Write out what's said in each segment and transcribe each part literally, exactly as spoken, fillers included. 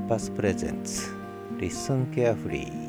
パスプレゼンツリッスンケアフリー、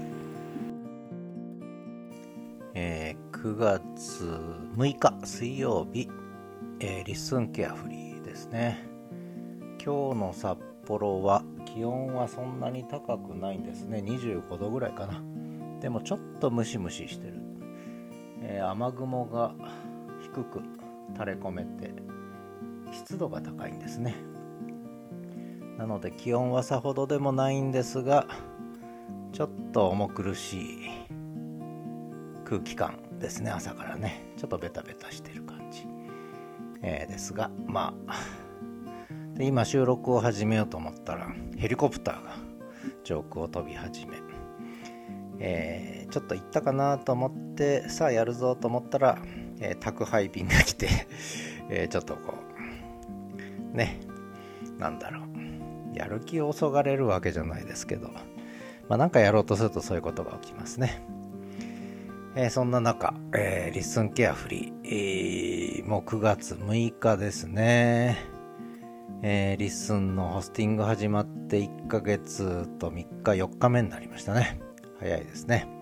えー、くがつむいか水曜日、えー、リッスンケアフリーですね。今日の札幌は気温はそんなに高くないんですね。にじゅうごどぐらいかな。でもちょっとムシムシしてる、えー、雨雲が低く垂れ込めて湿度が高いんですね。なので気温はさほどでもないんですが、ちょっと重苦しい空気感ですね。朝からねちょっとベタベタしてる感じ、えー、ですが、まあで今収録を始めようと思ったらヘリコプターが上空を飛び始め、えー、ちょっと行ったかなと思ってさあやるぞと思ったら、えー、宅配便が来て、えー、ちょっとこうね、なんだろう、やる気をそがれるわけじゃないですけど、まあなんかやろうとするとそういうことが起きますね。えー、そんな中、えー、リッスンケアフリー、えー、もうくがつむいかですね。えー、リッスンのホスティング始まっていっかげつとみっかよっかめになりましたね。早いですね。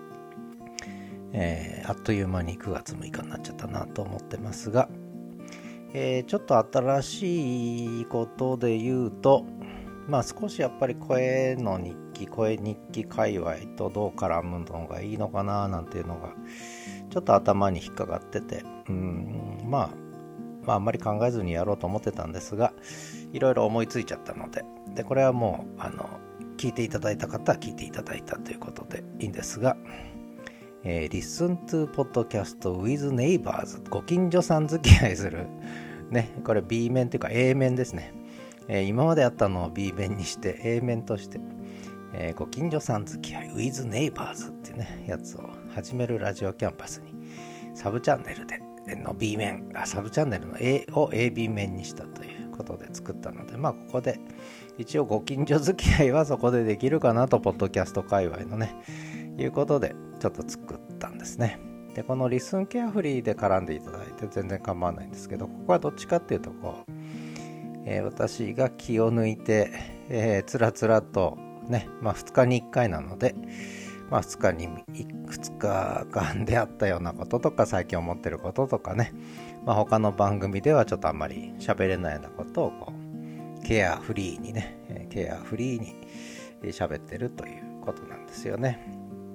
えー、あっという間にくがつむいかになっちゃったなと思ってますが、えー、ちょっと新しいことで言うと、まあ少しやっぱり声の日記、声日記界隈とどう絡むのがいいのかななんていうのがちょっと頭に引っかかってて、うーんまあまああんまり考えずにやろうと思ってたんですが、いろいろ思いついちゃったので、でこれはもうあの聞いていただいた方は聞いていただいたということでいいんですが、えー、Listen to Podcast with Neighbors、 ご近所さん付き合いするね、これ B 面というか A 面ですね。えー、今まであったのを B 面にして A 面として、えー、ご近所さん付き合い with Neighbors っていうねやつを始めるラジオキャンパスにサブチャンネルでの B 面、あサブチャンネルの A を エービー 面にしたということで作ったので、まあここで一応ご近所付き合いはそこでできるかなと、ポッドキャスト界隈のねいうことでちょっと作ったんですね。でこのリスンケアフリーで絡んでいただいて全然構わないんですけど、ここはどっちかっていうとこう、えー、私が気を抜いて、えー、つらつらとね、まあふつかにいっかいなので、まあふつかにふつかかんであったようなこととか最近思ってることとかね、まあ他の番組ではちょっとあんまり喋れないようなことをこうケアフリーにね、ケアフリーに喋ってるということなんですよね。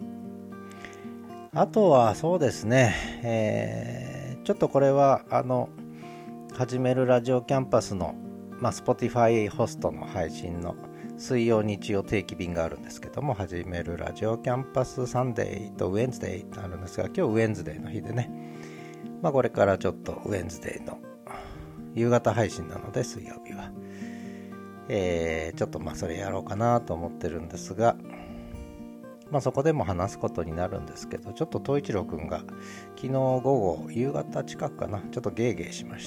あとはそうですね、えー、ちょっとこれはあの始めるラジオキャンパスの、まあ、Spotify ホストの配信の水曜日曜定期便があるんですけども、始めるラジオキャンパスサンデーとウェンズデーってあるんですが、今日ウェンズデーの日でね、まあこれからちょっとウェンズデーの夕方配信なので水曜日は、えー、ちょっとまあそれやろうかなと思ってるんですが、まあそこでも話すことになるんですけど、ちょっと東一郎くんが昨日午後夕方近くかな、ちょっとゲーゲーしまして、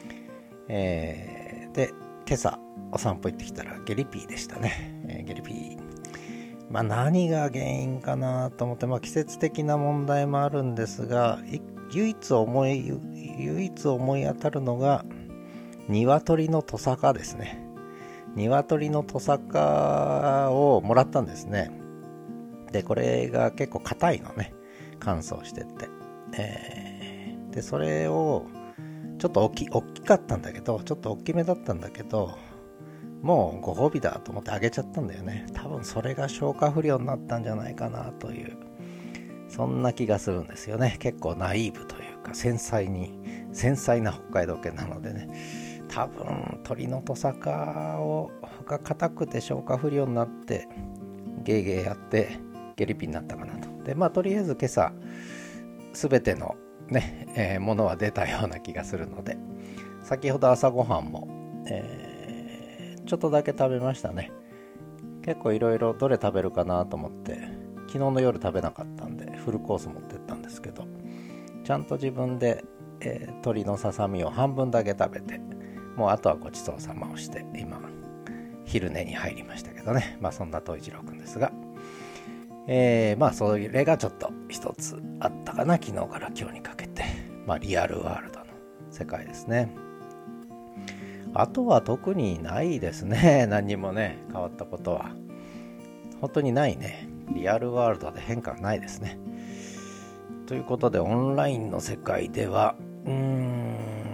えー、で今朝お散歩行ってきたらゲリピーでしたね、えー、ゲリピー、まあ何が原因かなと思って、まあ季節的な問題もあるんですが、唯一思い唯一思い当たるのが鶏のトサカですね。鶏のトサカをもらったんですね。でこれが結構硬いのね、乾燥してて、えー、でそれをちょっと大き大きかったんだけど、ちょっと大きめだったんだけど、もうご褒美だと思ってあげちゃったんだよね。多分それが消化不良になったんじゃないかなという、そんな気がするんですよね。結構ナイーブというか繊細に繊細な北海道犬なのでね、多分鳥のトサカをが硬くて消化不良になってゲーゲーやってゲリピになったかなと。でまあとりあえず今朝全てのね、えー、ものは出たような気がするので、先ほど朝ごはんも、えー、ちょっとだけ食べましたね。結構いろいろどれ食べるかなと思って昨日の夜食べなかったんでフルコース持ってったんですけど、ちゃんと自分で、えー、鶏のささみを半分だけ食べて、もうあとはごちそうさまをして今昼寝に入りましたけどね。まあそんな東一郎くんですが、えー、まあそれがちょっと一つあったかな、昨日から今日にかけて。まあリアルワールドの世界ですね。 あとは特にないですね。何にもね、変わったことは本当にないね。リアルワールドで変化はないですね。ということで、オンラインの世界ではうーん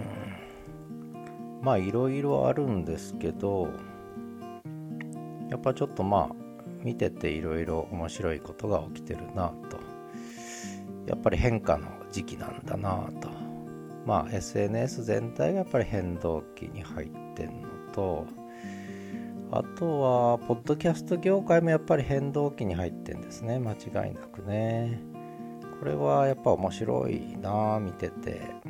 まあいろいろあるんですけど、やっぱちょっとまあ見てていろいろ面白いことが起きてるなと。やっぱり変化の時期なんだなと。まあ エスエヌエス 全体がやっぱり変動期に入ってんのと、あとはポッドキャスト業界もやっぱり変動期に入ってんですね。間違いなくね。これはやっぱ面白いな見てて、うん、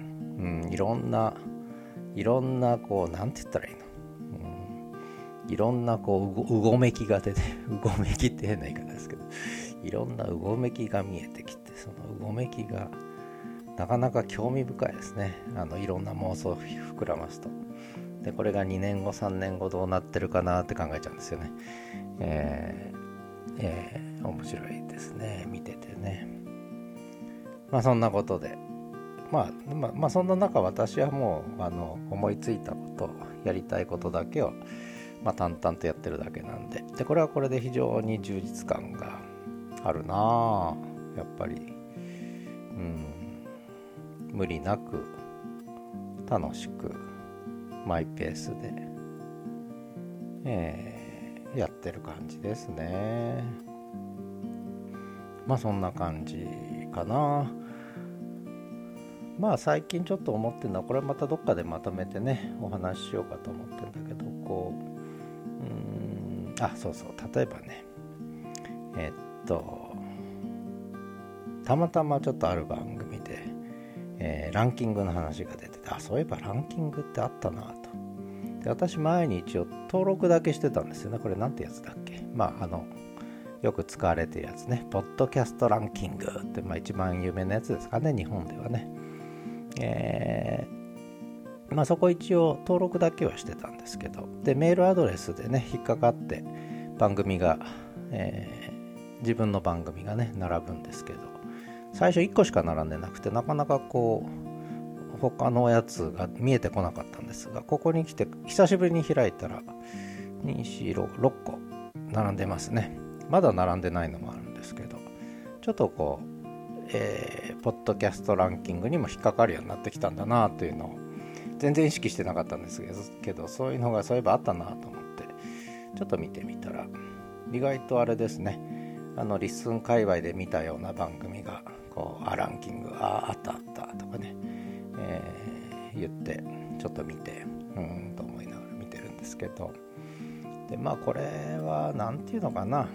いろんないろんなこうなんて言ったらいいの、うん、いろんなこううごめきが出てうごめきって変な言い方ですけど、いろんなうごめきが見えてきて、そのうごめきがなかなか興味深いですね。あのいろんな妄想を膨らますと。でこれがにねんごさんねんごどうなってるかなって考えちゃうんですよね。えーえー、面白いですね、見ててね。まあそんなことで、まあ、まあ、まあそんな中、私はもうあの思いついたことやりたいことだけを、まあ、淡々とやってるだけなんで、でこれはこれで非常に充実感があるなやっぱり。うん無理なく楽しくマイペースで、えー、やってる感じですね。まあそんな感じかな。まあ最近ちょっと思ってるのは、これまたどっかでまとめてねお話ししようかと思ってるんだけど、こううーんあそうそう例えばねえっとたまたまちょっとある番組で、えー、ランキングの話が出てて、あそういえばランキングってあったなと。で私前に一応登録だけしてたんですよね。これなんてやつだっけ。まああのよく使われてるやつね、ポッドキャストランキングって、まあ、一番有名なやつですかね、日本ではね。えー、まあそこ一応登録だけはしてたんですけど、でメールアドレスでね引っかかって番組が、えー、自分の番組がね並ぶんですけど、最初いっこしか並んでなくて、なかなかこう他のやつが見えてこなかったんですが、ここに来て久しぶりに開いたらに、よん、ろっこ並んでますね。まだ並んでないのもあるんですけど、ちょっとこうえー、ポッドキャストランキングにも引っかかるようになってきたんだなというのを全然意識してなかったんですけど、そういうのがそういえばあったなと思ってちょっと見てみたら、意外とあれですね、あのリッスン界隈で見たような番組がこうあランキングああったあったとかね、えー、言ってちょっと見てうーんと思いながら見てるんですけど、でまあこれはなんていうのかな、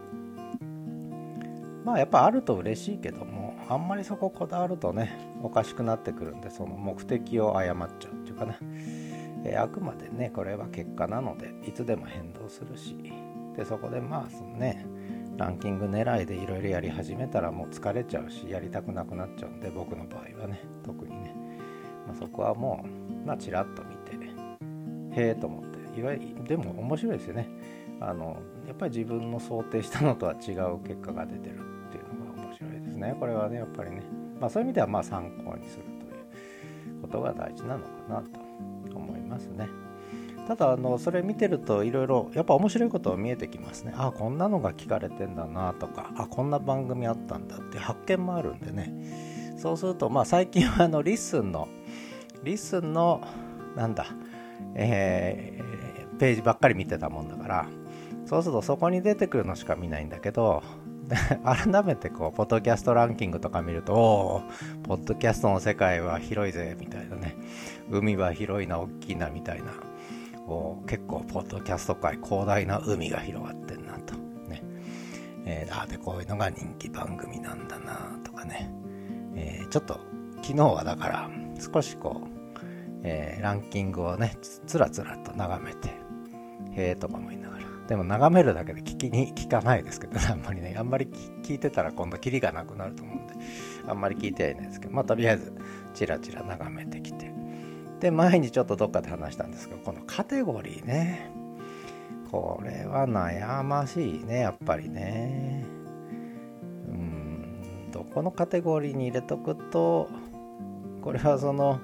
まあやっぱあると嬉しいけども、あんまりそここだわるとねおかしくなってくるんで、その目的を誤っちゃうっていうかな、えー、あくまでねこれは結果なのでいつでも変動するし、でそこでまあそのねランキング狙いでいろいろやり始めたらもう疲れちゃうしやりたくなくなっちゃうんで、僕の場合はね特にね、まあ、そこはもうまあちらっと見てへえと思って、いわゆるでも面白いですよね。あのやっぱり自分の想定したのとは違う結果が出てるっていうのが面白いですね。これはねやっぱりね、まあそういう意味ではまあ参考にするということが大事なのかなと思いますね。ただあのそれ見てるといろいろやっぱ面白いことが見えてきますね。あこんなのが聞かれてんだなとか、あこんな番組あったんだって発見もあるんでね。そうするとまあ最近はあのリッスンのリッスンのなんだ、えー、ページばっかり見てたもんだから、そうするとそこに出てくるのしか見ないんだけど、改めてこうポッドキャストランキングとか見ると、おーポッドキャストの世界は広いぜみたいなね、海は広いな大きいなみたいな、お結構ポッドキャスト界広大な海が広がってんなとね、えー、あでこういうのが人気番組なんだなとかね、えー、ちょっと昨日はだから少しこう、えー、ランキングをねつらつらと眺めてへーとかも言いながら、でも眺めるだけで聞きに聞かないですけど、ね、あんまりねあんまり聞いてたら今度キリがなくなると思うんであんまり聞いてはいないですけど、まあとりあえずチラチラ眺めてきて、で前にちょっとどっかで話したんですけど、このカテゴリーね、これは悩ましいねやっぱりね。うーんどこのカテゴリーに入れとくと、これはその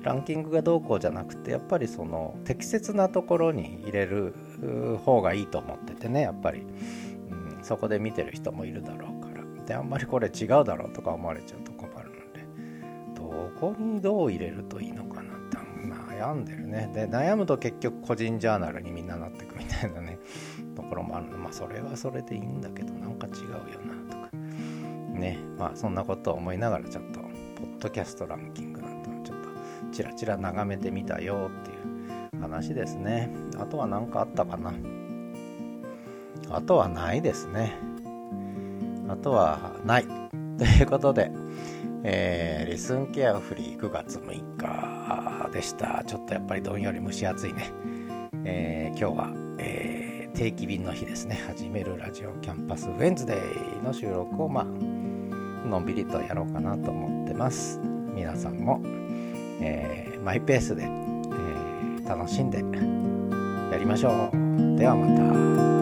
ランキングがどうこうじゃなくて、やっぱりその適切なところに入れる方がいいと思っててね、やっぱり、うん、そこで見てる人もいるだろうから。であんまりこれ違うだろうとか思われちゃうと困るので、どこにどう入れるといいのかなって悩んでるね。で悩むと結局個人ジャーナルにみんななってくみたいなねところもあるので、まあそれはそれでいいんだけど、なんか違うよなとかね、まあそんなことを思いながらちょっとポッドキャストランキングなんてちょっとチラチラ眺めてみたよっていう話ですね。あとは何かあったかな。あとはないですね。あとはないということで、えー、リスンケアフリーくがつむいかでした。ちょっとやっぱりどんより蒸し暑いね。えー、今日は、えー、定期便の日ですね。始めるラジオキャンパスウェンズデーの収録をまあのんびりとやろうかなと思ってます。皆さんも、えー、マイペースで、えー、楽しんでやりましょう。ではまた。